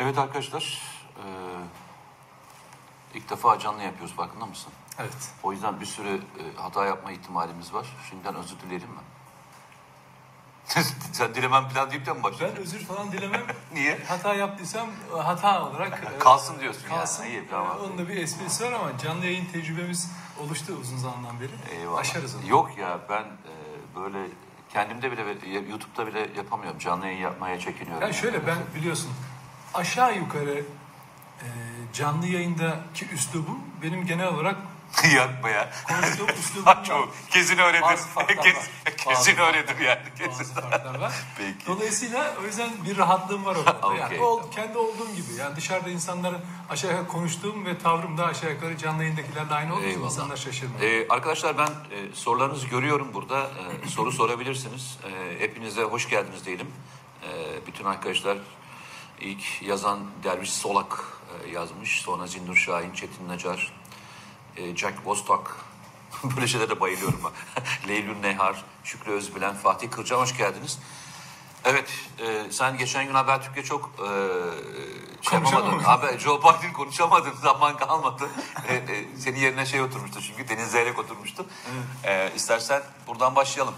Evet arkadaşlar, ilk defa canlı yapıyoruz, farkında mısın? Evet. O yüzden bir sürü hata yapma ihtimalimiz var. Şimdiden özür dileyelim mi? Sen dilemem falan deyip de mi başladın? Ben özür falan dilemem. Niye? Hata yaptıysam hata olarak Kalsın diyorsun kalsın. yani. İyi, tamam. Onun da bir esprisi var ama canlı yayın tecrübemiz oluştu uzun zamandan beri. Eyvallah. Aşarız onu. Yok ya, ben böyle kendimde bile, YouTube'da bile yapamıyorum. Canlı yayın yapmaya çekiniyorum. Yani şöyle, ben biliyorsun aşağı yukarı canlı yayındaki üslubum benim genel olarak Yapma ya. konuştuğum üslubum var. Kesin öyledir. Bazı farklar var. Kesin öyledir yani. Bazı farklar var. Peki. Dolayısıyla o yüzden bir rahatlığım var orada. Okay. Yani kendi olduğum gibi. Yani dışarıda insanların aşağı yukarı konuştuğum ve tavrım da aşağı yukarı canlı yayındakilerle aynı olduğu için insanlar şaşırmıyor. Arkadaşlar, ben sorularınızı görüyorum burada. Soru sorabilirsiniz. Hepinize hoş geldiniz diyelim. Bütün arkadaşlar, ilk yazan Derviş Solak yazmış. Sonra Zindur Şahin, Çetin Nacar, Jack Vostok. Böyle şeylere bayılıyorum ben. Leylül Nehar, Şükrü Özbilen, Fatih Kırca, hoş geldiniz. Evet, sen geçen gün Habertürk'te çok şey yapamadın. Joe Biden konuşamadın, zaman kalmadı. Senin yerine şey oturmuştu çünkü, Deniz Zeyrek oturmuştu. Evet. İstersen buradan başlayalım.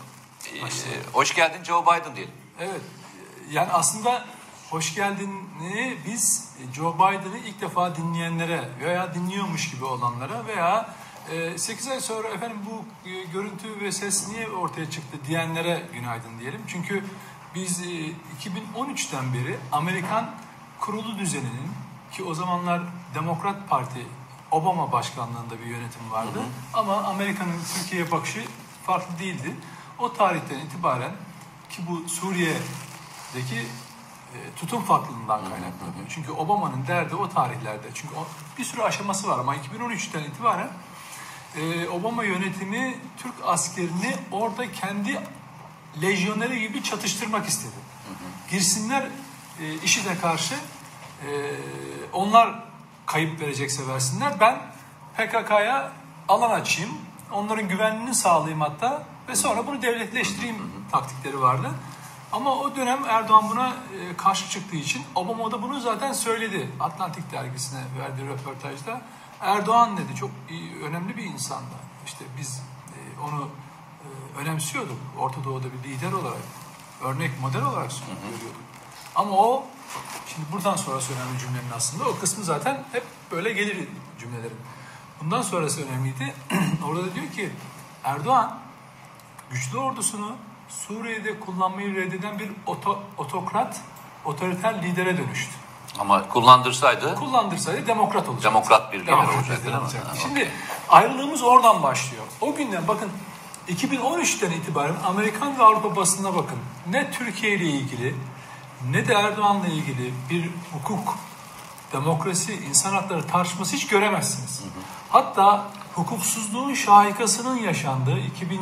Hoş geldin Joe Biden diyelim. Evet, yani aslında hoş geldin'i biz Joe Biden'ı ilk defa dinleyenlere veya dinliyormuş gibi olanlara veya 8 ay sonra efendim bu görüntü ve ses niye ortaya çıktı diyenlere günaydın diyelim. Çünkü biz 2013'ten beri Amerikan kurulu düzeninin, ki o zamanlar Demokrat Parti Obama başkanlığında bir yönetim vardı. Ama Amerika'nın Türkiye'ye bakışı farklı değildi. O tarihten itibaren, ki bu Suriye'deki tutum farklılığından kaynaklanıyor. Çünkü Obama'nın derdi o tarihlerde, çünkü bir sürü aşaması var ama 2013'ten itibaren Obama yönetimi Türk askerini orada kendi lejyoneri gibi çatıştırmak istedi. Girsinler IŞİD'e karşı, onlar kayıp verecekse versinler, ben PKK'ya alan açayım, onların güvenliğini sağlayayım hatta ve sonra bunu devletleştireyim taktikleri vardı. Ama o dönem Erdoğan buna karşı çıktığı için Obama da bunu zaten söyledi. Atlantik dergisine verdiği röportajda. Erdoğan dedi, çok önemli bir insandı. İşte biz onu önemsiyorduk. Orta Doğu'da bir lider olarak, örnek model olarak görüyorduk. Ama o, şimdi buradan sonrası önemli cümlenin aslında. O kısmı zaten hep böyle gelir cümlelerin. Bundan sonrası önemliydi. Orada da diyor ki Erdoğan güçlü ordusunu Suriye'de kullanmayı reddeden bir otokrat, otoriter lidere dönüştü. Ama kullandırsaydı demokrat olacak. Demokrat bir lider olacaktı. Şimdi ayrılığımız oradan başlıyor. O günden bakın, 2013'ten itibaren Amerikan ve Avrupa basınına bakın. Ne Türkiye ile ilgili ne de Erdoğan'la ilgili bir hukuk, demokrasi, insan hakları tartışması hiç göremezsiniz. Hatta hukuksuzluğun şahikasının yaşandığı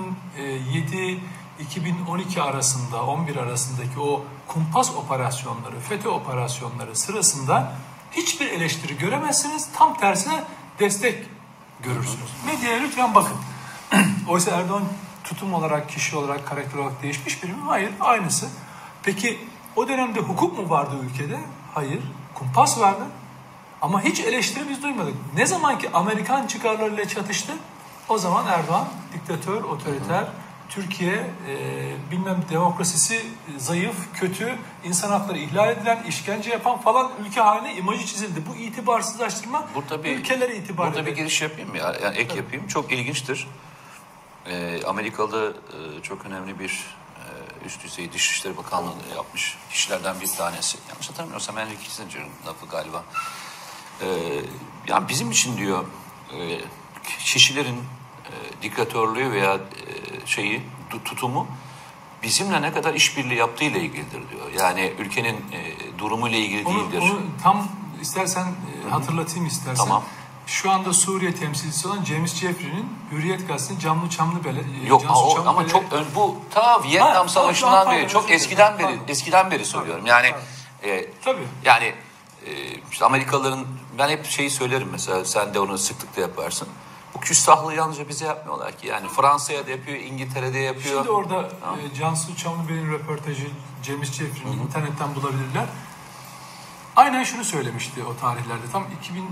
2007-2012 arasında, 11 arasındaki o kumpas operasyonları, FETÖ operasyonları sırasında hiçbir eleştiri göremezsiniz. Tam tersine destek görürsünüz. Medyaya lütfen bakın. Oysa Erdoğan tutum olarak, kişi olarak, karakter olarak değişmiş biri mi? Hayır, aynısı. Peki o dönemde hukuk mu vardı ülkede? Hayır. Kumpas vardı. Ama hiç eleştiri biz duymadık. Ne zaman ki Amerikan çıkarlarıyla çatıştı, o zaman Erdoğan diktatör, otoriter, Türkiye bilmem demokrasisi zayıf, kötü, insan hakları ihlal edilen, işkence yapan falan ülke haline imajı çizildi. Bu itibarsızlaştırma ülkelere itibar eder. Burada bir giriş yapayım ya, yani ek yapayım. Çok ilginçtir. Amerikalı çok önemli bir üst düzey Dışişleri Bakanlığı yapmış kişilerden bir tanesi. Yanlış hatırlamıyorsam Henry Kissinger'ın lafı galiba. Yani bizim için diyor kişilerin diktatörlüğü veya tutumu bizimle ne kadar işbirliği yaptığıyla ilgilidir diyor. Yani ülkenin durumuyla ilgili değildir. Onu tam istersen hatırlatayım istersen. Tamam. Şu anda Suriye temsilcisi olan James Jeffrey'nin Hürriyet Gazetesi'nin Canlı Çamlıbele. Yok ama çok bu ta Vietnam Savaşı'ndan beri, çok eskiden beri söylüyorum. Yani tabii. Yani işte Amerikalıların, ben hep şeyi söylerim mesela, sen de onu sıklıkla yaparsın. Bu küstahlığı yalnızca bize yapmıyorlar ki. Yani Fransa'ya da yapıyor, İngiltere'de yapıyor. Şimdi orada Cansu Çamlıbel'in röportajı, James Jeffrey'nin internetten bulabilirler. aynen şunu söylemişti o tarihlerde. Tam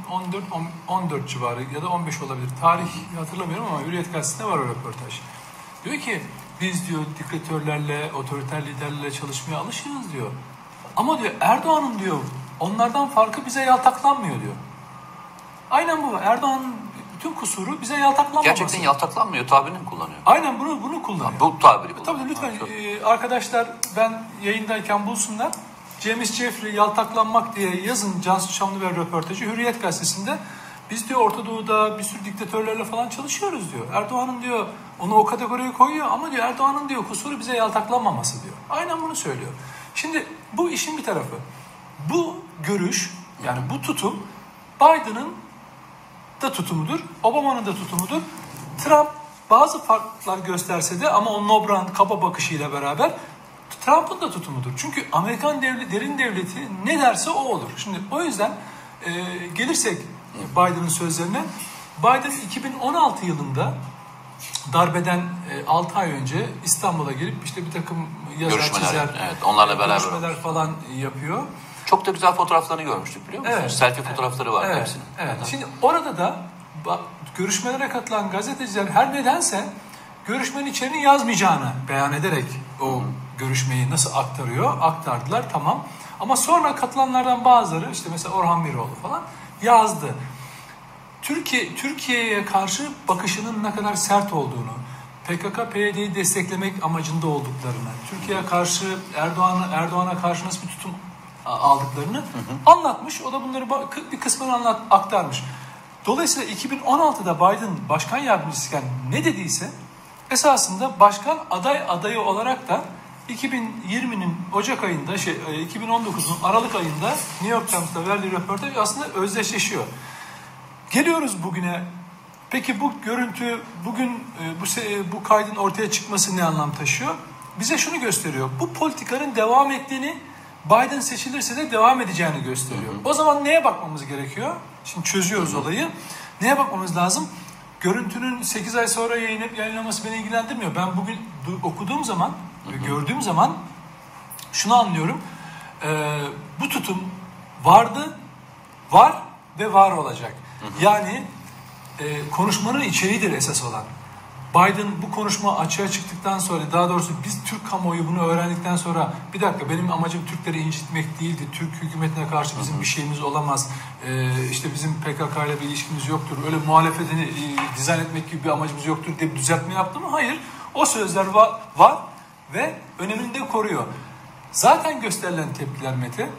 2014 civarı ya da 15 olabilir. Tarih hatırlamıyorum ama Hürriyet Gazetesi'nde var o röportaj. Diyor ki biz diyor diktatörlerle, otoriter liderlerle çalışmaya alışığız diyor. Ama diyor Erdoğan'ın diyor onlardan farkı bize yaltaklanmıyor diyor. Aynen bu. Erdoğan'ın bütün kusuru bize yaltaklanmaması. Gerçekten yaltaklanmıyor tabirini kullanıyor. Aynen bunu kullanıyor. Ha, bu tabiri kullanıyor. Tabii lütfen arkadaşlar ben yayındayken bulsunlar. James Jeffrey yaltaklanmak diye yazın Cansu Çamlıbel röportajı Hürriyet Gazetesi'nde. Biz diyor Orta Doğu'da bir sürü diktatörlerle falan çalışıyoruz diyor. Erdoğan'ın diyor onu o kategoriye koyuyor ama diyor Erdoğan'ın diyor kusuru bize yaltaklanmaması diyor. Aynen bunu söylüyor. Şimdi bu işin bir tarafı. Bu görüş yani bu tutum Biden'ın da tutumudur, Obama'nın da tutumudur. Trump bazı farklar gösterse de ama o nobran kaba bakışıyla beraber Trump'ın da tutumudur. Çünkü Amerikan derin devleti ne derse o olur. Şimdi o yüzden gelirsek Biden'ın sözlerine, Biden 2016 yılında darbeden 6 ay önce İstanbul'a gelip işte bir takım yazar, çizer, evet, onlarla beraber görüşmeler falan yapıyor. Çok da güzel fotoğraflarını görmüştük biliyor musunuz? Evet, Selfie fotoğrafları var hepsinin. Evet. Şimdi orada da görüşmelere katılan gazeteciler her nedense görüşmenin içeriğini yazmayacağını beyan ederek o görüşmeyi nasıl aktardılar tamam. Ama sonra katılanlardan bazıları işte mesela Orhan Miroğlu falan yazdı. Türkiye'ye karşı bakışının ne kadar sert olduğunu, PKK-PYD'yi desteklemek amacında olduklarını, Türkiye'ye karşı Erdoğan'a karşı nasıl bir tutum aldıklarını anlatmış. O da bunları bir kısmını aktarmış. Dolayısıyla 2016'da Biden başkan yardımcısıyken ne dediyse esasında başkan adayı olarak da 2020'nin Ocak ayında 2019'un Aralık ayında New York Times'ta verdiği röportaj aslında özdeşleşiyor. Geliyoruz bugüne. Peki bu görüntü bugün bu kaydın ortaya çıkması ne anlam taşıyor? Bize şunu gösteriyor. Bu politikanın devam ettiğini, Biden seçilirse de devam edeceğini gösteriyor. O zaman neye bakmamız gerekiyor? Şimdi çözüyoruz olayı. Neye bakmamız lazım? Görüntünün 8 ay sonra yayınlanması beni ilgilendirmiyor. Ben bugün okuduğum zaman, gördüğüm zaman şunu anlıyorum. Bu tutum vardı, var ve var olacak. Yani konuşmanın içeriğidir esas olan. Biden bu konuşma açığa çıktıktan sonra, daha doğrusu biz Türk kamuoyu bunu öğrendikten sonra bir dakika benim amacım Türkleri incitmek değildi. Türk hükümetine karşı bizim bir şeyimiz olamaz. İşte bizim PKK ile bir ilişkimiz yoktur. Öyle muhalefetini dizayn etmek gibi bir amacımız yoktur diye bir düzeltme yaptı mı? Hayır. O sözler var ve önemini de koruyor. Zaten gösterilen tepkiler Mete,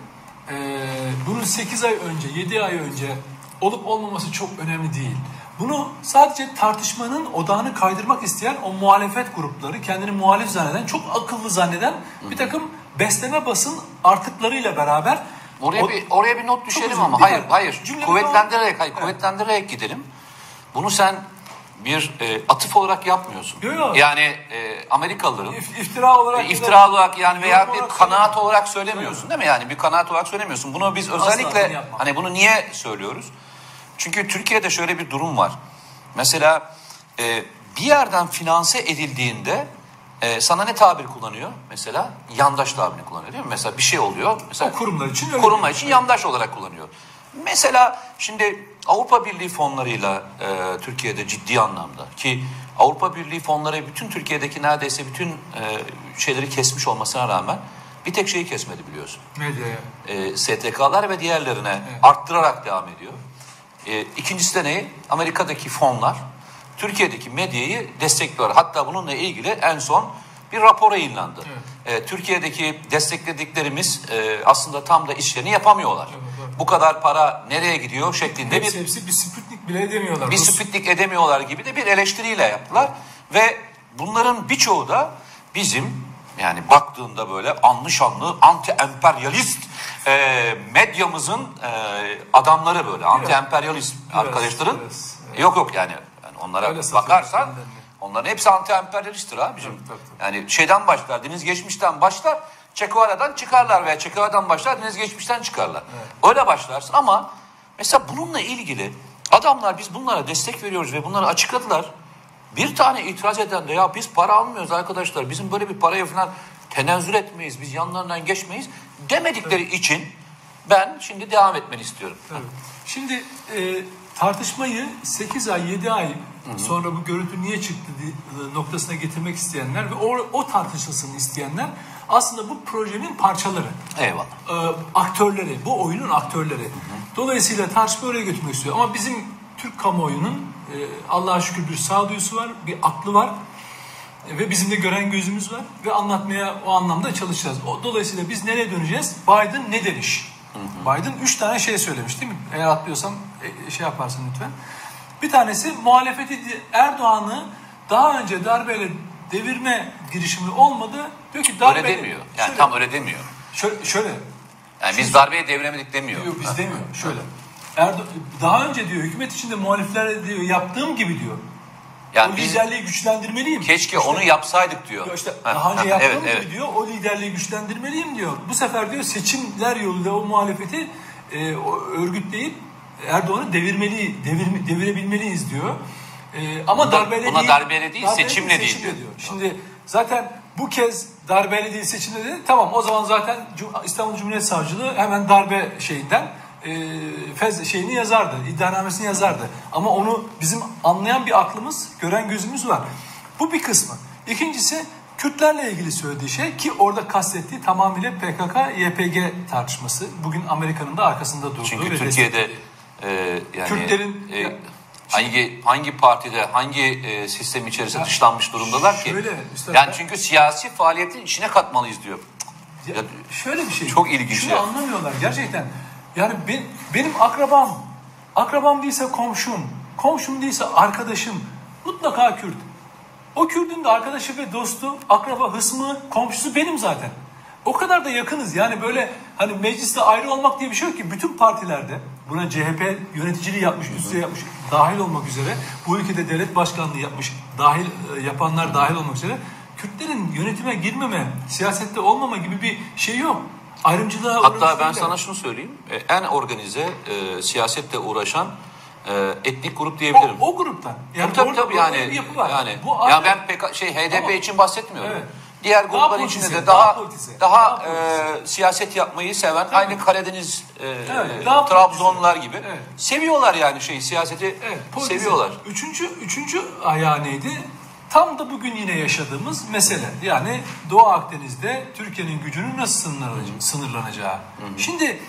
bunun 8 ay önce, 7 ay önce olup olmaması çok önemli değil. Bunu sadece tartışmanın odağını kaydırmak isteyen o muhalefet grupları, kendini muhalif zanneden, çok akıllı zanneden bir takım besleme basın artıklarıyla beraber oraya bir not düşelim ama hayır. Kuvvetlendirerek gidelim. Bunu sen bir atıf olarak yapmıyorsun. Yok. Yani Amerikalıların iftira olarak yani veya bir kanaat olarak söylemiyorsun değil mi? Yani bir kanaat olarak söylemiyorsun. Bunu biz özellikle hani bunu niye söylüyoruz? Çünkü Türkiye'de şöyle bir durum var. Mesela bir yerden finanse edildiğinde sana ne tabir kullanıyor? Mesela yandaş tabirini kullanıyor değil mi? Mesela bir şey oluyor. Mesela o kurumlar için yandaş olarak kullanıyor. Mesela şimdi Avrupa Birliği fonlarıyla Türkiye'de ciddi anlamda ki Avrupa Birliği fonları bütün Türkiye'deki neredeyse bütün şeyleri kesmiş olmasına rağmen bir tek şeyi kesmedi biliyorsun. Medyaya. STK'lar ve diğerlerine arttırarak devam ediyor. İkincisi de ne? Amerika'daki fonlar Türkiye'deki medyayı destekliyor. Hatta bununla ilgili en son bir rapor yayınlandı. Türkiye'deki desteklediklerimiz aslında tam da işlerini yapamıyorlar. Evet. Bu kadar para nereye gidiyor şeklinde hepsi bir Sputnik bile edemiyorlar. Bir Sputnik edemiyorlar gibi de bir eleştiriyle yaptılar. Ve bunların birçoğu da bizim yani baktığında böyle anlı şanlı anti-emperyalist medyamızın adamları böyle anti-emperyalist arkadaşların yok yani onlara bakarsan onların hepsi anti-emperyalisttir abicim. Tabii. Yani şeyden başlar, Deniz Geçmiş'ten başlar, Che Guevara'dan çıkarlar veya Che Guevara'dan başlar, Deniz Geçmiş'ten çıkarlar. Evet. Öyle başlarsın ama mesela bununla ilgili adamlar biz bunlara destek veriyoruz ve bunları açıkladılar. Bir tane itiraz eden de ya biz para almıyoruz arkadaşlar, bizim böyle bir paraya falan tenezzül etmeyiz, biz yanlarından geçmeyiz demedikleri için Ben şimdi devam etmeni istiyorum. Evet. Şimdi tartışmayı 8 ay, 7 ay sonra bu görüntü niye çıktı noktasına getirmek isteyenler ve o tartışılsın isteyenler aslında bu projenin parçaları. Eyvallah. Aktörleri, bu oyunun aktörleri. Dolayısıyla tartışmayı oraya götürmek istiyor. Ama bizim Türk kamuoyunun Allah'a şükür bir sağduyusu var, bir aklı var. Ve bizim de gören gözümüz var ve anlatmaya o anlamda çalışacağız. Dolayısıyla biz nereye döneceğiz? Biden ne demiş? Biden 3 tane şey söylemiş değil mi? Eğer atlıyorsam şey yaparsın lütfen. Bir tanesi muhalefeti, Erdoğan'ı daha önce darbeyle devirme girişimi olmadı. Diyor ki darbe... Öyle demiyor. Yani tam öyle demiyor. Şöyle. Yani biz darbeyi deviremedik demiyor. Yok biz demiyor. Şöyle. Daha önce diyor hükümet içinde muhaliflerle diyor yaptığım gibi diyor. Yani o liderliği güçlendirmeliyim. Keşke onu yapsaydık diyor. İşte daha önce yaptığım gibi diyor, o liderliği güçlendirmeliyim diyor. Bu sefer diyor seçimler yoluyla o muhalefeti örgütleyip Erdoğan'ı devirebilmeliyiz diyor. Ama darbeyle değil. Buna darbeyle değil, seçimle değil diyor. Şimdi zaten bu kez darbeyle değil seçimle dedi. Tamam, o zaman zaten İstanbul Cumhuriyet Savcılığı hemen darbe şeyinden şeyini yazardı, iddianamesini yazardı. Ama onu bizim anlayan bir aklımız, gören gözümüz var. Bu bir kısmı. İkincisi Kürtlerle ilgili söylediği şey ki orada kastettiği tamamıyla PKK-YPG tartışması. Bugün Amerika'nın da arkasında durduğu. Çünkü Türkiye'de yani Kürtlerin hangi partide, hangi sistem içerisinde dışlanmış durumdalar ki? Üstad, yani çünkü siyasi faaliyetin içine katmalıyız diyor. Şöyle bir şey. Çok ilginç. Şunu anlamıyorlar gerçekten. Yani benim akrabam değilse komşum değilse arkadaşım mutlaka Kürt. O Kürt'ün de arkadaşı ve dostu, akraba, hısmı, komşusu benim zaten. O kadar da yakınız. Yani böyle hani mecliste ayrı olmak diye bir şey yok ki. Bütün partilerde buna CHP yöneticiliği yapmış, üst yapmış, dahil olmak üzere. Bu ülkede devlet başkanlığı yapmış, yapanlar dahil olmak üzere. Kürtlerin yönetime girmeme, siyasette olmama gibi bir şey yok. Ayrımcılığa hatta ben sana şunu söyleyeyim. En organize siyasetle uğraşan etnik grup diyebilirim. O gruptan. Yani tabii yani. Yani ben HDP için bahsetmiyorum. Evet. Diğer gruplar içinde de daha siyaset yapmayı seven, aynı Karadeniz, Trabzonlular gibi seviyorlar yani siyaseti seviyorlar. Üçüncü ayağı neydi? Tam da bugün yine yaşadığımız mesele. Yani Doğu Akdeniz'de Türkiye'nin gücünün nasıl sınırlanacağı. Şimdi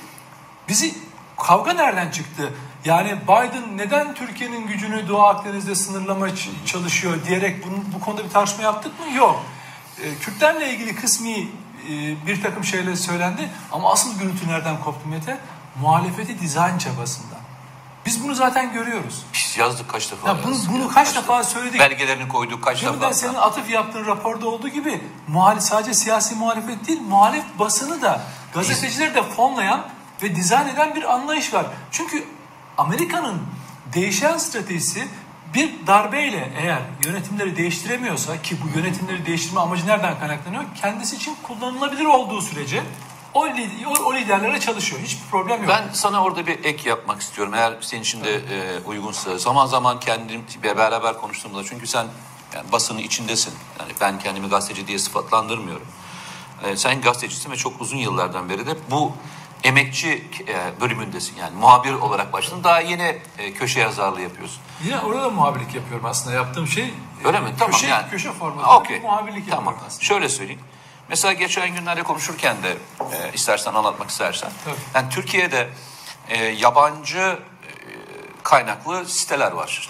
kavga nereden çıktı? Yani Biden neden Türkiye'nin gücünü Doğu Akdeniz'de sınırlamaya çalışıyor diyerek bu konuda bir tartışma yaptık mı? Yok. Kürtlerle ilgili kısmi bir takım şeyler söylendi ama asıl gürültü nereden koptu Mete? Muhalefeti dizayn çabasından. Biz bunu zaten görüyoruz. Biz yazdık kaç defa. Bunu kaç defa söyledik. Belgelerini koyduk kaç defa. Şimdiden senin atıf yaptığın raporda olduğu gibi sadece siyasi muhalefet değil, muhalif basını da, gazetecileri de fonlayan ve dizayn eden bir anlayış var. Çünkü Amerika'nın değişen stratejisi bir darbeyle eğer yönetimleri değiştiremiyorsa ki bu yönetimleri değiştirme amacı nereden kaynaklanıyor? Kendisi için kullanılabilir olduğu sürece o liderlere çalışıyor. Hiçbir problem yok. Ben sana orada bir ek yapmak istiyorum. Eğer senin için de uygunsa. Zaman zaman kendim beraber konuştuğumda çünkü sen basının içindesin. Yani ben kendimi gazeteci diye sıfatlandırmıyorum. Sen gazetecisin ve çok uzun yıllardan beri de bu emekçi bölümündesin. Yani muhabir olarak başladın. Daha yeni köşe yazarlığı yapıyorsun. Yine orada muhabirlik yapıyorum aslında. Yaptığım şey öyle mi? Tamam yani. Köşe formatında muhabirlik tamam. yapıyorum aslında. Şöyle söyleyeyim. Mesela geçen günlerde konuşurken de istersen anlatmak istersen. Tabii. Yani Türkiye'de yabancı kaynaklı siteler var.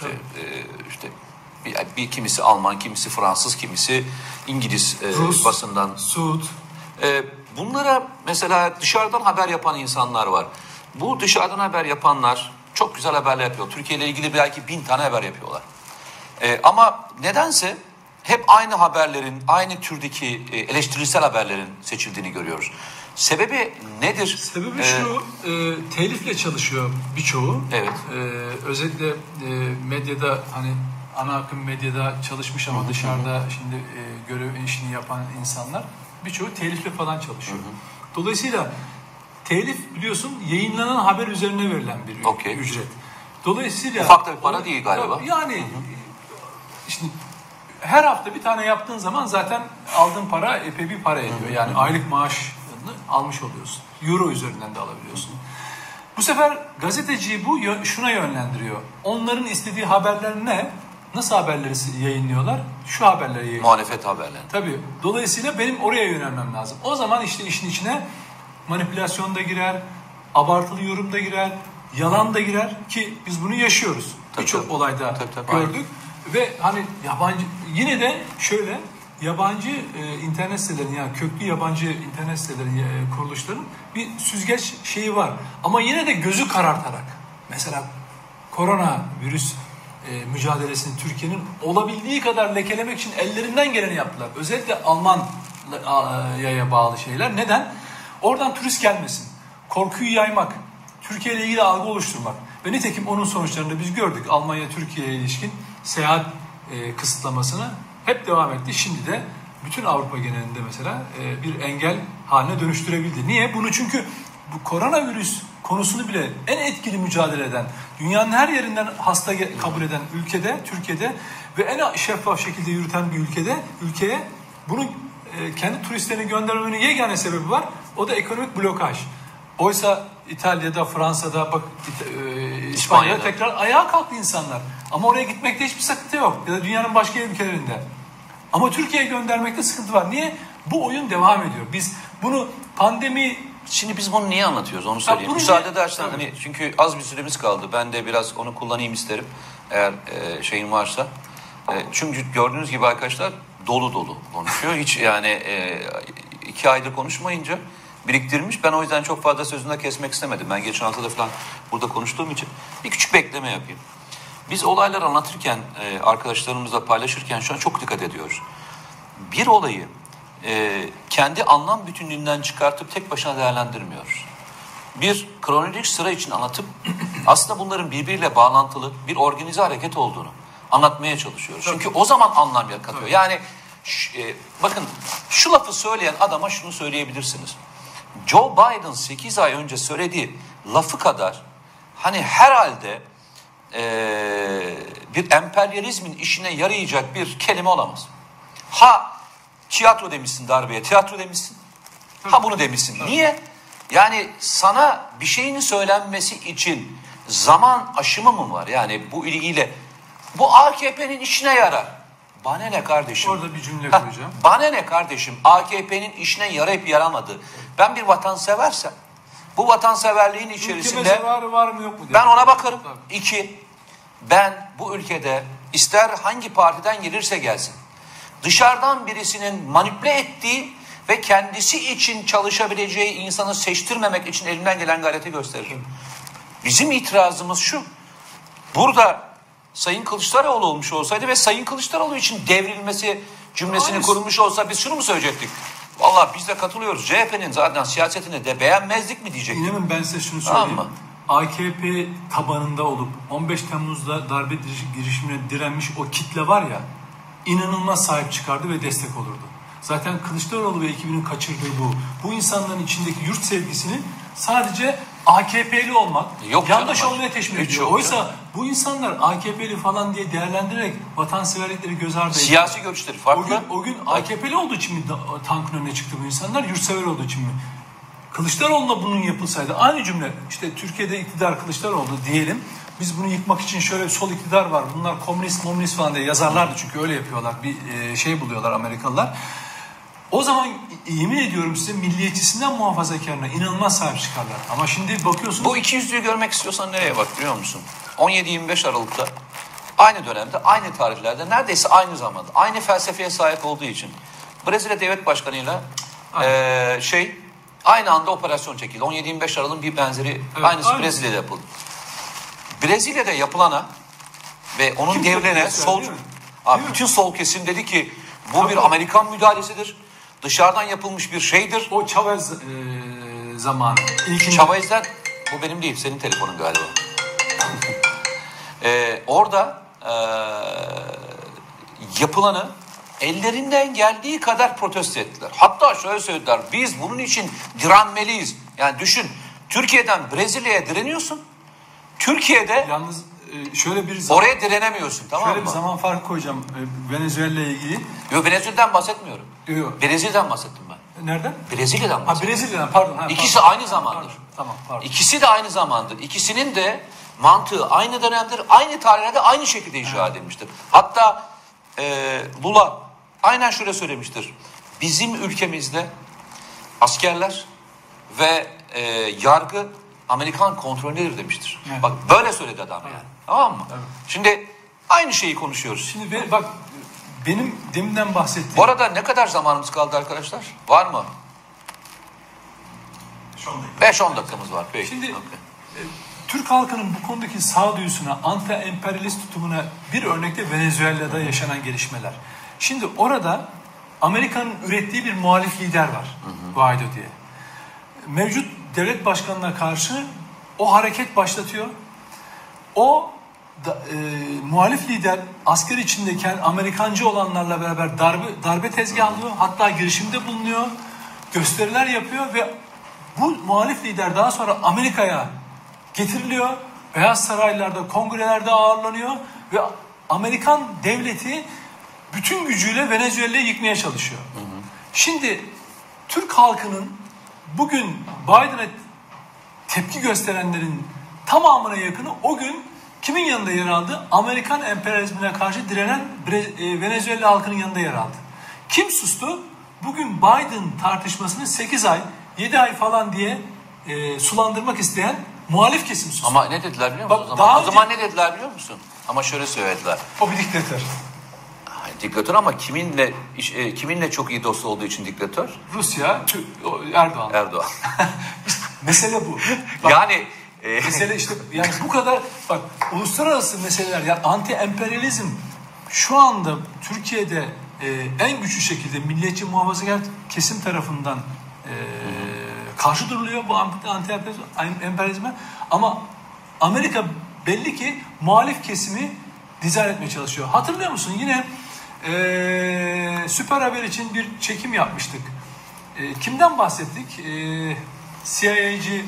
Bir kimisi Alman, kimisi Fransız, kimisi İngiliz Rus, basından. Suud. Bunlara mesela dışarıdan haber yapan insanlar var. Bu dışarıdan haber yapanlar çok güzel haberler yapıyor. Türkiye ile ilgili belki 1000 tane haber yapıyorlar. Ama nedense hep aynı haberlerin, aynı türdeki eleştirisel haberlerin seçildiğini görüyoruz. Sebebi nedir? Sebebi şu, telifle çalışıyor birçoğu. Evet. Özellikle medyada hani ana akım medyada çalışmış ama dışarıda şimdi görev işini yapan insanlar birçoğu telifle falan çalışıyor. Dolayısıyla telif biliyorsun yayınlanan haber üzerine verilen bir ücret. Dolayısıyla ufak da bir para değil galiba. Yani şimdi her hafta bir tane yaptığın zaman zaten aldığın para epey bir para ediyor. Yani aylık maaş almış oluyorsun. Euro üzerinden de alabiliyorsun. Bu sefer gazeteciyi bu şuna yönlendiriyor. Onların istediği haberler ne? Nasıl haberleri yayınlıyorlar? Şu haberleri yayınlıyorlar. Muhalefet haberleri. Tabii. Dolayısıyla benim oraya yönelmem lazım. O zaman işte işin içine manipülasyon da girer, abartılı yorum da girer, yalan da girer ki biz bunu yaşıyoruz. Birçok olayda gördük. Ve hani yabancı, yine de şöyle yabancı internet sitelerinin, yani köklü yabancı internet sitelerinin, kuruluşların bir süzgeç şeyi var. Ama yine de gözü karartarak, mesela koronavirüs mücadelesini Türkiye'nin olabildiği kadar lekelemek için ellerinden geleni yaptılar. Özellikle Almanya'ya bağlı şeyler. Neden? Oradan turist gelmesin. Korkuyu yaymak, Türkiye ile ilgili algı oluşturmak. Ve nitekim onun sonuçlarını biz gördük. Almanya Türkiye'ye ilişkin seyahat kısıtlamasını hep devam etti. Şimdi de bütün Avrupa genelinde mesela bir engel haline dönüştürebildi. Niye? Bunu çünkü bu koronavirüs konusunu bile en etkili mücadele eden, dünyanın her yerinden hasta kabul eden ülkede, Türkiye'de ve en şeffaf şekilde yürüten bir ülkeye bunu kendi turistlerini göndermenin yegane sebebi var. O da ekonomik blokaj. Oysa İtalya'da, Fransa'da, İspanya'da tekrar ayağa kalktı insanlar. Ama oraya gitmekte hiçbir sıkıntı yok. Ya da dünyanın başka ülkelerinde. Ama Türkiye'ye göndermekte sıkıntı var. Niye? Bu oyun devam ediyor. Biz bunu Şimdi biz bunu niye anlatıyoruz onu söyleyeyim. Müsaade edersen hani çünkü az bir süremiz kaldı. Ben de biraz onu kullanayım isterim. Eğer şeyin varsa. Çünkü gördüğünüz gibi arkadaşlar dolu konuşuyor. Hiç yani 2 aydır konuşmayınca biriktirmiş. Ben o yüzden çok fazla sözünde kesmek istemedim. Ben geçen hafta da falan burada konuştuğum için bir küçük bekleme yapayım. Biz olayları anlatırken, arkadaşlarımızla paylaşırken şu an çok dikkat ediyoruz. Bir olayı kendi anlam bütünlüğünden çıkartıp tek başına değerlendirmiyoruz. Bir kronolojik sıra için anlatıp aslında bunların birbiriyle bağlantılı bir organize hareket olduğunu anlatmaya çalışıyoruz. Çünkü o zaman anlam katıyor. Yani bakın şu lafı söyleyen adama şunu söyleyebilirsiniz. Joe Biden 8 ay önce söylediği lafı kadar hani herhalde bir emperyalizmin işine yarayacak bir kelime olamaz. Ha tiyatro demişsin darbeye, tiyatro demişsin. Ha bunu demişsin. Niye? Yani sana bir şeyin söylenmesi için zaman aşımı mı var? Yani bu ilgiyle bu AKP'nin işine yarar. Bana ne kardeşim? Orada bir cümle koyacağım. Bana ne kardeşim? AKP'nin işine yarayıp yaramadı. Ben bir vatanseversem bu vatanseverliğin içerisinde zararı var mı yok mu? Ben ona bakarım. Tabii. 2, ben bu ülkede ister hangi partiden gelirse gelsin dışarıdan birisinin manipüle ettiği ve kendisi için çalışabileceği insanı seçtirmemek için elimden gelen gayreti gösteririm. Bizim itirazımız şu. Burada Sayın Kılıçdaroğlu olmuş olsaydı ve Sayın Kılıçdaroğlu için devrilmesi cümlesini kurulmuş olsa biz şunu mu söyleyecektik? Vallahi biz de katılıyoruz. CHP'nin zaten siyasetini de beğenmezdik mi diyecektik. İnanın ben size şunu söyleyeyim. Tamam mı? AKP tabanında olup 15 Temmuz'da darbe girişimine direnmiş o kitle var ya, inanılmaz sahip çıkardı ve destek olurdu. Zaten Kılıçdaroğlu ve ekibinin kaçırdığı bu insanların içindeki yurt sevgisini sadece AKP'li olmak, yandaş olmaya teşvik ediyor. Oysa bu insanlar AKP'li falan diye değerlendirerek vatanseverlikleri göz ardı ediyor. Siyasi görüşleri farklı. O gün AKP'li olduğu için mi tankın önüne çıktı bu insanlar, yurtsever olduğu için mi? Kılıçdaroğlu'na bunun yapılsaydı aynı cümle, işte Türkiye'de iktidar Kılıçdaroğlu diyelim, biz bunu yıkmak için şöyle bir sol iktidar var, bunlar komünist falan diye yazarlardı çünkü öyle yapıyorlar, bir şey buluyorlar Amerikalılar. O zaman yemin ediyorum size milliyetçisinden muhafazakarına inanılmaz sahip çıkarlar. Ama şimdi bakıyorsunuz... Bu ikiyüzlülüğü görmek istiyorsan nereye bak biliyor musun? 17-25 Aralık'ta aynı dönemde, aynı tarihlerde, neredeyse aynı zamanda, aynı felsefeye sahip olduğu için Brezilya Devlet Başkanı'yla aynı anda operasyon çekildi. 17-25 Aralık'ın bir benzeri aynısı Brezilya'da yapıldı. Brezilya'da yapılana ve onun devlerine bütün sol kesim dedi ki bu bir Amerikan müdahalesidir. Dışarıdan yapılmış bir şeydir. O Chavez zamanı. Chavez'den, bu benim değil, senin telefonun galiba. Orada yapılanı ellerinden geldiği kadar protesto ettiler. Hatta şöyle söylediler, biz bunun için direnmeliyiz. Yani düşün, Türkiye'den Brezilya'ya direniyorsun. Türkiye'de yalnız şöyle bir oraya direnemiyorsun, tamam mı? Şöyle bir zaman farkı koyacağım Venezuela ile ilgili. Yok, Venezuela'dan bahsetmiyorum. Yok. Brezilya'dan bahsettim ben. Nereden? Brezilya'dan bahsediyorum. Brezilya'dan pardon. İkisi aynı zamandır. Tamam pardon. İkisi de aynı zamandır. İkisinin de mantığı aynı dönemdir. Aynı tarihlerde aynı şekilde icra edilmiştir. Hatta Lula aynen şöyle söylemiştir. Bizim ülkemizde askerler ve yargı Amerikan kontrolündedir demiştir. Evet. Bak böyle söyledi adam yani. Tamam mı? Evet. Şimdi aynı şeyi konuşuyoruz. Şimdi bak benim deminden bahsettiğim. Bu arada ne kadar zamanımız kaldı arkadaşlar? Var mı? 5-10 dakikamız var. Peki. Şimdi Okay. Türk halkının bu konudaki sağduyusuna, anti-emperyalist tutumuna bir örnekte Venezuela'da yaşanan gelişmeler. Şimdi orada Amerika'nın ürettiği bir muhalif lider var. Guaido diye. Mevcut devlet başkanına karşı o hareket başlatıyor. O muhalif lider asker içindeyken Amerikancı olanlarla beraber darbe tezgahlıyor. Hatta girişimde bulunuyor. Gösteriler yapıyor ve bu muhalif lider daha sonra Amerika'ya getiriliyor. Beyaz Saraylarda, kongrelerde ağırlanıyor ve Amerikan devleti bütün gücüyle Venezuela'yı yıkmaya çalışıyor. Şimdi Türk halkının bugün Biden'a tepki gösterenlerin tamamına yakını o gün kimin yanında yer aldı? Amerikan emperyalizmine karşı direnen Venezuela halkının yanında yer aldı. Kim sustu? Bugün Biden tartışmasını 8 ay, 7 ay falan diye sulandırmak isteyen muhalif kesim sustu. Ama ne dediler biliyor musun? Bak, o zaman ne dediler biliyor musun? Ama şöyle söylediler. O bir diktatör. Diktatör ama kiminle çok iyi dost olduğu için diktatör? Rusya, Erdoğan. Erdoğan. Mesele bu. Bak, Yani mesele işte yani bu kadar bak uluslararası meseleler yani anti-emperyalizm şu anda Türkiye'de en güçlü şekilde milliyetçi muhafazakar kesim tarafından karşı duruluyor bu anti-emperyalizme ama Amerika belli ki muhalif kesimi dizayn etmeye çalışıyor. Hatırlıyor musun? Yine Süper Haber için bir çekim yapmıştık. Kimden bahsettik? CIA'ci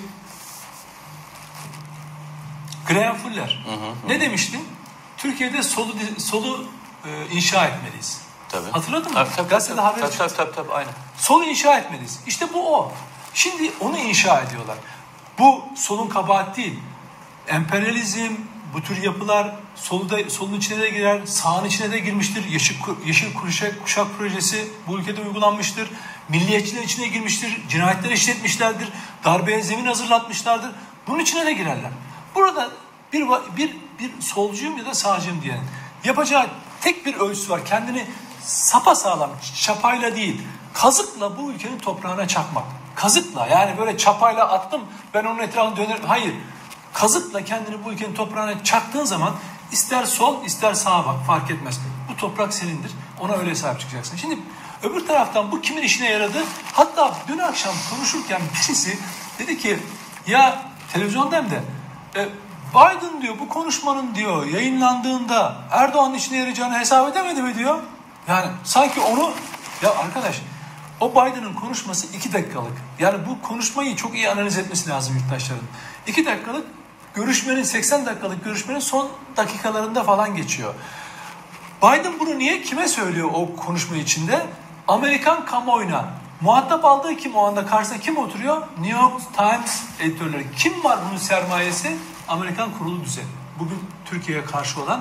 Graham Fuller. Ne demişti? Türkiye'de solu inşa etmeliyiz. Tabii. Hatırladın mı? Gazetede haber çıktı. Tabii aynen. Solu inşa etmeliyiz. İşte bu o. Şimdi onu inşa ediyorlar. Bu solun kabahat değil. Emperyalizm, bu tür yapılar solun içine de girer, sağın içine de girmiştir. Yeşil kuşak projesi bu ülkede uygulanmıştır. Milliyetçilerin içine girmiştir. Cinayetler işletmişlerdir. Darbeye zemin hazırlatmışlardır. Bunun içine de girerler. Burada bir solcuyum ya da sağcıyım diyenin yapacağı tek bir ölçüsü var. Kendini sapasağlam, çapayla değil, kazıkla bu ülkenin toprağına çakmak. Kazıkla yani böyle çapayla attım ben onun etrafına dönerim. Hayır. Kazıkla kendini bu ülkenin toprağına çaktığın zaman ister sol ister sağa bak fark etmez. Bu toprak senindir. Ona öyle sahip çıkacaksın. Şimdi öbür taraftan bu kimin işine yaradı? Hatta dün akşam konuşurken birisi dedi ki ya televizyonda hem de Biden diyor bu konuşmanın diyor yayınlandığında Erdoğan'ın işine yarayacağını hesap edemedi mi diyor. Yani sanki onu ya arkadaş o Biden'ın konuşması 2 dakikalık. Yani bu konuşmayı çok iyi analiz etmesi lazım yurttaşların. 2 dakikalık görüşmenin 80 dakikalık görüşmenin son dakikalarında falan geçiyor. Biden bunu niye kime söylüyor o konuşma içinde? Amerikan kamuoyuna. Muhatap aldığı kim o anda karşısında kim oturuyor? New York Times editörleri. Kim var bunun sermayesi? Amerikan kurulu düzeni. Bugün Türkiye'ye karşı olan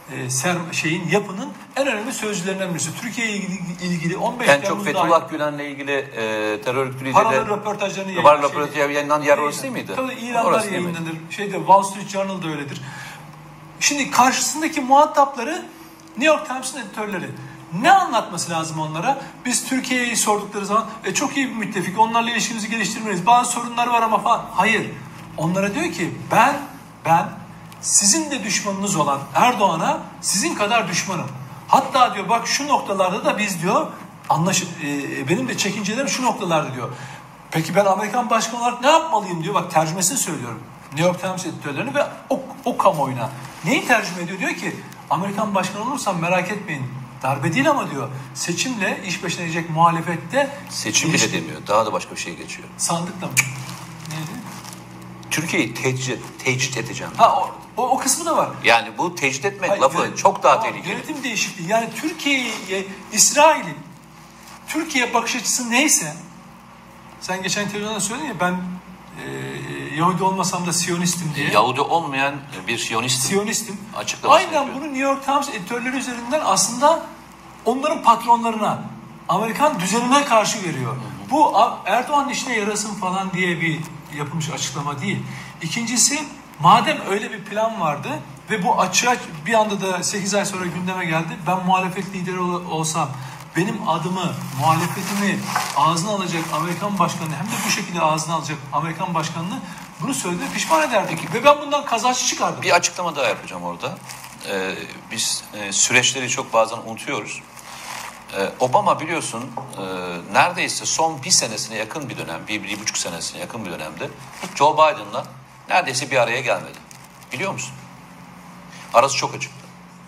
yapının en önemli sözcülerinden birisi. Türkiye'ye ilgili 15 en çok Temmuz'da Fethullah Gülen'le ilgili terör örgütüyle paralı röportajlarını yayınlanan yer orası değil miydi? Tabii İran'da yayınlanır. Wall Street Journal'da öyledir. Şimdi karşısındaki muhatapları New York Times'ın editörleri. Ne anlatması lazım onlara? Biz Türkiye'yi sordukları zaman çok iyi bir müttefik, onlarla ilişkimizi geliştirmeliyiz. Bazı sorunlar var ama falan. Hayır. Onlara diyor ki ben sizin de düşmanınız olan Erdoğan'a sizin kadar düşmanım. Hatta diyor bak şu noktalarda da biz diyor benim de çekincelerim şu noktalarda diyor. Peki ben Amerikan başkanı olarak ne yapmalıyım diyor. Bak tercümesini söylüyorum. New York Times editörlerini ve o kamuoyuna. Neyi tercüme ediyor? Diyor ki Amerikan başkanı olursam merak etmeyin. Darbe değil ama diyor seçimle iş başına gelecek muhalefette seçim bile demiyor. Daha da başka bir şey geçiyor. Sandıkla mı? Neydi? Türkiye'yi tecrit edeceğim. O kısmı da var. Yani bu tecrit etmek lafı çok daha tehlikeli. Yönetim değişikliği. Yani Türkiye bakış açısı neyse sen geçen televizyonda söyledin ya, ben Yahudi olmasam da Siyonistim diye. Yahudi olmayan bir Siyonistim. Açıklaması Aynen yapıyor. bunu New York Times editörleri üzerinden aslında onların patronlarına, Amerikan düzenine karşı veriyor. Bu Erdoğan'ın işine yarasın falan diye bir yapılmış açıklama değil. İkincisi, madem öyle bir plan vardı ve bu açığa bir anda da 8 ay sonra gündeme geldi. Ben muhalefet lideri olsam benim adımı, muhalefetimi ağzına alacak Amerikan başkanı, hem de bu şekilde ağzına alacak Amerikan başkanını bunu söylediğine pişman ederdik. Ve ben bundan kazanç çıkardım. Bir açıklama daha yapacağım orada. Biz süreçleri çok bazen unutuyoruz. Obama biliyorsun neredeyse son bir senesine yakın bir dönem, bir buçuk senesine yakın bir dönemde hiç Joe Biden'la neredeyse bir araya gelmedi. Biliyor musun? Arası çok açıktı.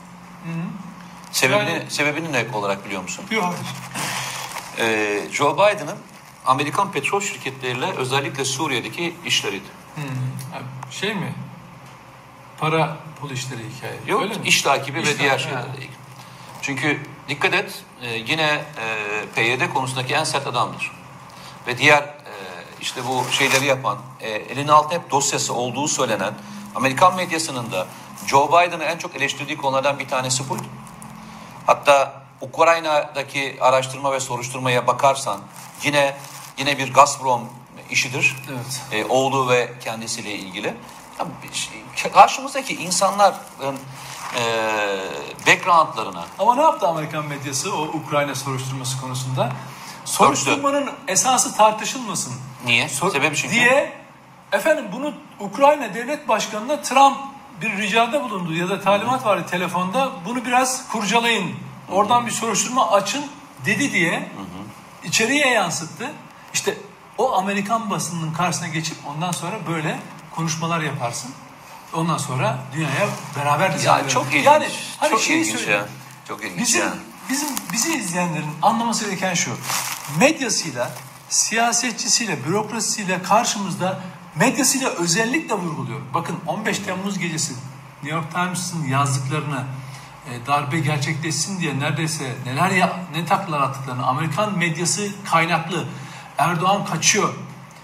Sebebini ne olarak biliyor musun? Yok. Joe Biden'ın Amerikan petrol şirketleriyle özellikle Suriye'deki işleriydi. Şey mi? Para pul işleri hikaye. Yok, öyle mi? iş takibi İş ve diğer takibi, şeylerle ilgili. Çünkü dikkat et, yine PYD konusundaki en sert adamdır. Ve diğer işte bu şeyleri yapan, elinin altında hep dosyası olduğu söylenen Amerikan medyasının da Joe Biden'ı en çok eleştirdiği konulardan bir tanesi buydu. Hatta Ukrayna'daki araştırma ve soruşturmaya bakarsan yine bir Gazprom işidir. Evet. Oğlu ve kendisiyle ilgili. Karşımızdaki insanların backgroundlarına. Ama ne yaptı Amerikan medyası o Ukrayna soruşturması konusunda? Soruşturmanın esası tartışılmasın. Niye? Sebebi çünkü. Diye efendim bunu Ukrayna devlet başkanına Trump bir ricada bulundu ya da talimat vardı telefonda, bunu biraz kurcalayın. Oradan bir soruşturma açın dedi diye içeriye yansıttı. İşte o Amerikan basınının karşısına geçip ondan sonra böyle konuşmalar yaparsın. Ondan sonra dünyaya beraber Ya çok ilginç. Yani hani çok şeyi ilginç söyleyeyim. ya. Çok ilginç Bizi izleyenlerin anlaması gereken şu. Medyasıyla, siyasetçisiyle, bürokrasisiyle karşımızda, medyasıyla özellikle vurguluyor. Bakın 15 Temmuz gecesi New York Times'ın yazdıklarını, darbe gerçekleşsin diye neredeyse ne taklalar attıklarını, Amerikan medyası kaynaklı Erdoğan kaçıyor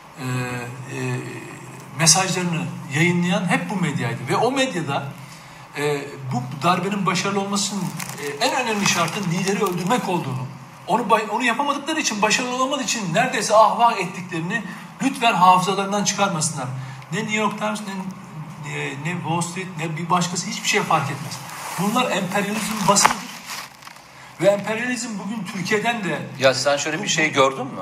mesajlarını yayınlayan hep bu medyaydı. Ve o medyada bu darbenin başarılı olmasının en önemli şartın lideri öldürmek olduğunu, onu yapamadıkları için, başarılı olamadığı için neredeyse ahvah ettiklerini lütfen hafızalarından çıkarmasınlar. Ne New York Times, ne Wall Street, ne bir başkası, hiçbir şey fark etmez. Bunlar emperyalizm basınıdır. Ve emperyalizm bugün Türkiye'den de... Ya sen şöyle bir şey gördün mü?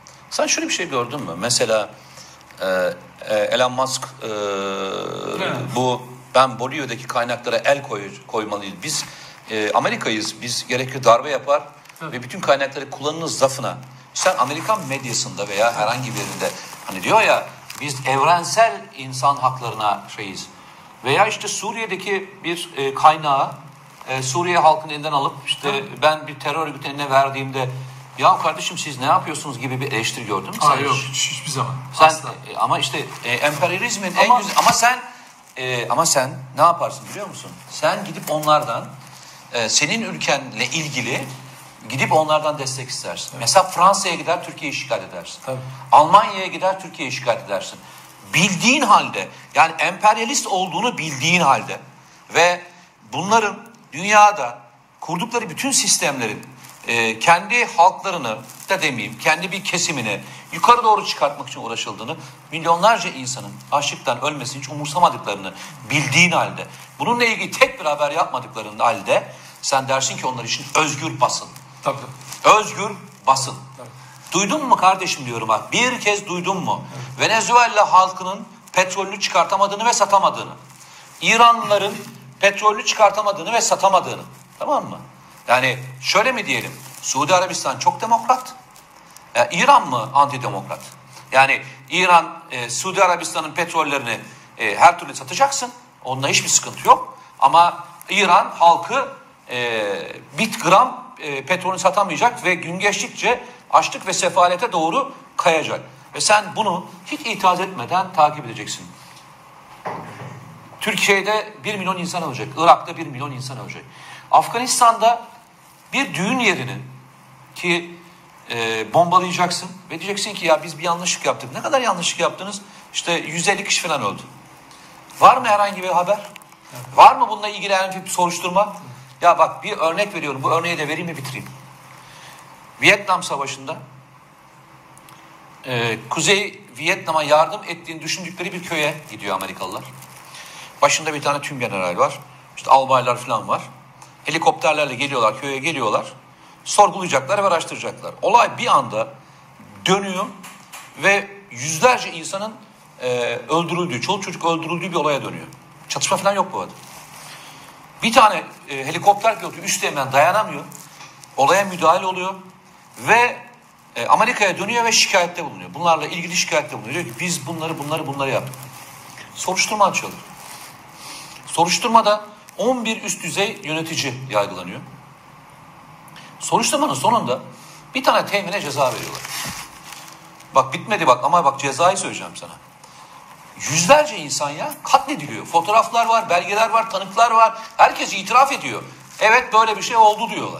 Mesela Elon Musk bu ben Bolivya'daki kaynaklara el koymalıyız. Biz Amerika'yız. Biz gerekli darbe yapar ve bütün kaynakları kullanırız lafına. Sen Amerikan medyasında veya herhangi bir yerinde hani diyor ya, biz evrensel insan haklarına şeyiz. Veya işte Suriye'deki bir kaynağı Suriye halkının elinden alıp işte ben bir terör örgütü eline verdiğimde, ya kardeşim siz ne yapıyorsunuz gibi bir eleştiri gördün mü sen? Yok, hiçbir zaman. Sen ama işte emperyalizmin en güzel, ama sen ne yaparsın biliyor musun? Sen gidip onlardan senin ülkenle ilgili gidip onlardan destek istersin. Evet. Mesela Fransa'ya gider Türkiye'yi işgal edersin. Tabii. Almanya'ya gider Türkiye'yi işgal edersin. Bildiğin halde, yani emperyalist olduğunu bildiğin halde ve bunların dünyada kurdukları bütün sistemlerin kendi halklarını da demeyeyim, kendi bir kesimini yukarı doğru çıkartmak için uğraşıldığını, milyonlarca insanın açlıktan ölmesini hiç umursamadıklarını bildiğin halde, bununla ilgili tek bir haber yapmadıklarının halde sen dersin ki onlar için özgür basın. Tabii. Özgür basın. Tabii. Duydun mu kardeşim diyorum bak, bir kez duydun mu? Evet. Venezuela halkının petrolünü çıkartamadığını ve satamadığını, İranlıların petrolünü çıkartamadığını ve satamadığını, tamam mı? Yani şöyle mi diyelim, Suudi Arabistan çok demokrat, İran mı antidemokrat? Yani İran, Suudi Arabistan'ın petrollerini her türlü satacaksın, onunla hiçbir sıkıntı yok. Ama İran halkı bir gram petrolünü satamayacak ve gün geçtikçe açlık ve sefalete doğru kayacak. Ve sen bunu hiç itiraz etmeden takip edeceksin. Türkiye'de 1 milyon insan olacak, Irak'ta 1 milyon insan olacak. Afganistan'da bir düğün yerinin ki bombalayacaksın ve diyeceksin ki ya biz bir yanlışlık yaptık. Ne kadar yanlışlık yaptınız? İşte 150 kişi falan öldü. Var mı herhangi bir haber? Evet. Var mı bununla ilgili herhangi bir soruşturma? Evet. Ya bak bir örnek veriyorum. Bu örneği de vereyim mi bitireyim. Vietnam Savaşı'nda Kuzey Vietnam'a yardım ettiğini düşündükleri bir köye gidiyor Amerikalılar. Başında bir tane tümgeneral var. İşte albaylar falan var. Helikopterlerle geliyorlar, köye geliyorlar. Sorgulayacaklar ve araştıracaklar. Olay bir anda dönüyor ve yüzlerce insanın öldürüldüğü, çoluk çocuk öldürüldüğü bir olaya dönüyor. Çatışma falan yok bu arada. Bir tane helikopter pilotu üsteğmen dayanamıyor. Olaya müdahale oluyor ve Amerika'ya dönüyor ve şikayette bulunuyor. Bunlarla ilgili şikayette bulunuyor. Diyor ki biz bunları yaptık. Soruşturma açıyorlar. Soruşturmada 11 üst düzey yönetici yargılanıyor. Soruşturmanın sonunda bir tane temine ceza veriyorlar. Bak bitmedi bak ama bak cezayı söyleyeceğim sana. Yüzlerce insan ya katlediliyor. Fotoğraflar var, belgeler var, tanıklar var. Herkes itiraf ediyor. Evet böyle bir şey oldu diyorlar.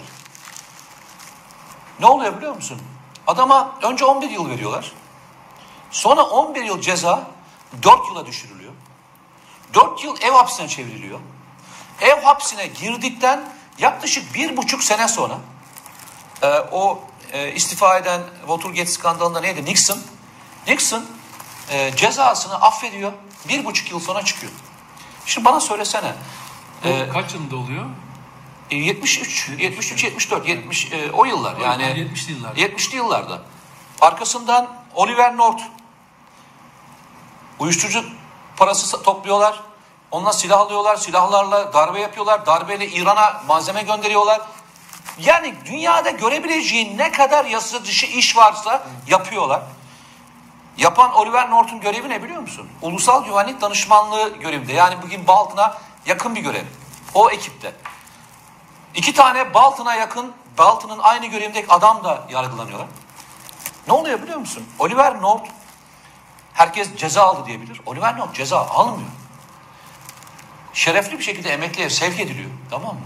Ne oluyor biliyor musun? Adama önce 11 yıl veriyorlar. Sonra 11 yıl ceza 4 yıla düşürülüyor. 4 yıl ev hapsine çevriliyor. Ev hapsine girdikten yaklaşık 1,5 sene sonra istifa eden Watergate skandalında neydi? Nixon cezasını affediyor. 1,5 yıl sonra çıkıyor. Şimdi bana söylesene. Kaç yılında oluyor? 73, 74, 70 o yıllar yani 70'li yıllarda. 70'li yıllarda. Arkasından Oliver North uyuşturucu parası topluyorlar. Onunla silah alıyorlar. Silahlarla darbe yapıyorlar. Darbeyle İran'a malzeme gönderiyorlar. Yani dünyada görebileceğin ne kadar yasa dışı iş varsa yapıyorlar. Yapan Oliver North'un görevi ne biliyor musun? Ulusal Güvenlik Danışmanlığı görevinde. Yani bugün Bolton'a yakın bir görev. O ekipte. 2 tane Bolton'a yakın, Bolton'un aynı görevindeki adam da yargılanıyorlar. Ne oluyor biliyor musun? Oliver North, herkes ceza aldı diyebilir. Oliver North ceza almıyor. Şerefli bir şekilde emekliye sevk ediliyor. Tamam mı?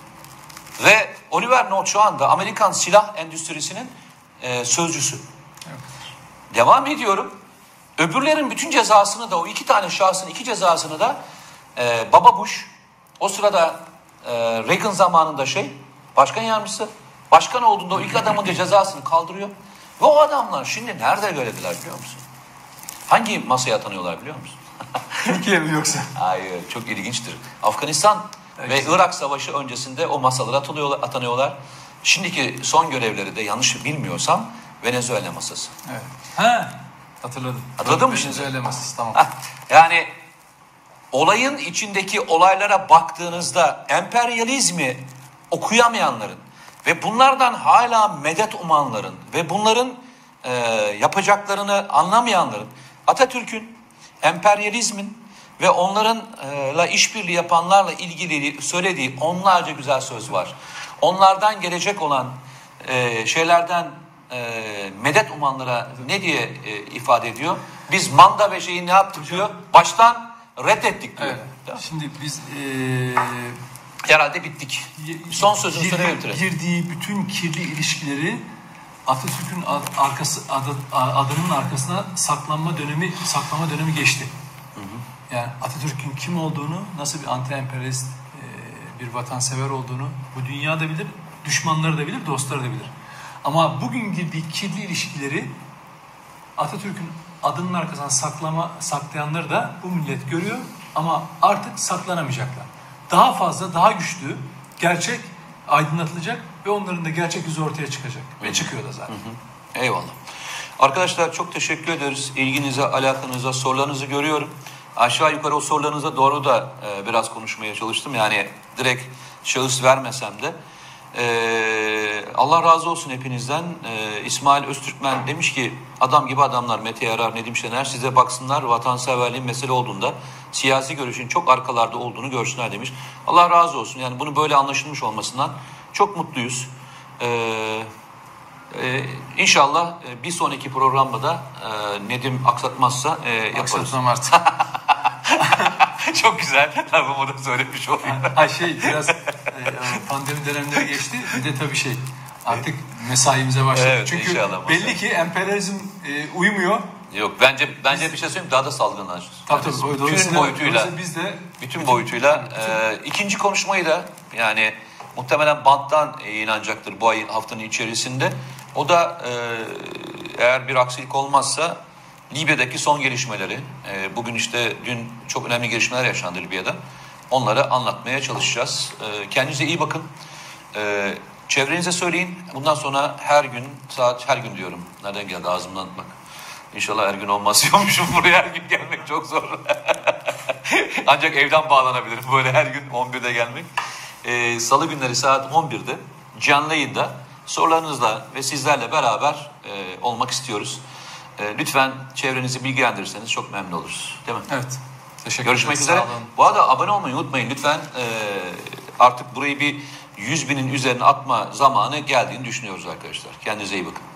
Ve Oliver North şu anda Amerikan silah endüstrisinin sözcüsü. Evet. Devam ediyorum. Öbürlerin bütün cezasını da o 2 tane şahsın 2 cezasını da Baba Bush o sırada Reagan zamanında başkan yardımcısı. Başkan olduğunda o ilk adamın da cezasını kaldırıyor. Ve o adamlar şimdi nerede görevliler biliyor musun? Hangi masaya atanıyorlar biliyor musun? Türkiye mi yoksa? Hayır, çok ilginçtir. Afganistan ve Irak Savaşı öncesinde o masalara atanıyorlar. Şimdiki son görevleri de yanlış bilmiyorsam Venezuela masası. Evet. Ha, hatırladım. Hatırladın mı şimdi? Venezuela masası, tamam. Yani olayın içindeki olaylara baktığınızda emperyalizmi okuyamayanların ve bunlardan hala medet umanların ve bunların yapacaklarını anlamayanların Atatürk'ün emperyalizmin ve onlarınla işbirliği yapanlarla ilgili söylediği onlarca güzel söz var. Onlardan gelecek olan şeylerden medet umanlara ne diye ifade ediyor? Biz manda ve şeyi ne yaptık diyor? Baştan reddettik diyor. Evet. Şimdi biz herhalde bittik. Son sözünü söyleyebilirim. Girdiği bütün kirli ilişkileri Atatürk'ün adının arkasına saklama dönemi geçti. Hı hı. Yani Atatürk'ün kim olduğunu, nasıl bir anti-emperyalist bir vatansever olduğunu bu dünya da bilir, düşmanları da bilir, dostları da bilir. Ama bugün girdiği kirli ilişkileri Atatürk'ün adının arkasına saklayanları da bu millet görüyor ama artık saklanamayacaklar. Daha fazla, daha güçlü, gerçek aydınlatılacak ve onların da gerçek yüzü ortaya çıkacak. Ve çıkıyor da zaten. Hı hı. Eyvallah. Arkadaşlar çok teşekkür ederiz. İlginize, alakanıza, sorularınızı görüyorum. Aşağı yukarı o sorularınıza doğru da biraz konuşmaya çalıştım. Yani direkt şahıs vermesem de. Allah razı olsun hepinizden. İsmail Öztürkmen demiş ki adam gibi adamlar Mete Yarar, Nedim Şener size baksınlar vatanseverliğin mesele olduğunda siyasi görüşün çok arkalarda olduğunu görsünler demiş. Allah razı olsun. Yani bunu böyle anlaşılmış olmasından çok mutluyuz. İnşallah bir sonraki programda da Nedim aksatmazsa yaparız. Aksatmam artık. Çok güzel. Lafımı da söylemiş olayım. Biraz pandemi dönemleri geçti. Bir de tabii Artık mesaimize başladık. Evet, Çünkü inşallah belli ki emperyalizm uymuyor. Yok, bence bir şey söyleyeyim, daha da salgınlaşır. Tabii Bütün boyutuyla, biz de bütün boyutuyla. İkinci konuşmayı da yani muhtemelen banttan yayınlanacaktır bu ayın, haftanın içerisinde. O da eğer bir aksilik olmazsa Libya'daki son gelişmeleri, bugün işte dün çok önemli gelişmeler yaşandı Libya'da. Onları anlatmaya çalışacağız. Kendinize iyi bakın. Çevrenize söyleyin. Bundan sonra her gün diyorum. Nereden geldi ağzımdan bak. İnşallah her gün olmaz diyormuşum, buraya her gün gelmek çok zor. Ancak evden bağlanabilirim böyle her gün 11'de gelmek. Salı günleri saat 11'de canlı yayında sorularınızla ve sizlerle beraber olmak istiyoruz. Lütfen çevrenizi bilgilendirirseniz çok memnun oluruz. Değil mi? evet. Teşekkür Görüşmek ederiz. üzere. Sağ olun. Bu arada abone olmayı unutmayın lütfen. Artık burayı bir 100.000'in üzerine atma zamanı geldiğini düşünüyoruz arkadaşlar. Kendinize iyi bakın.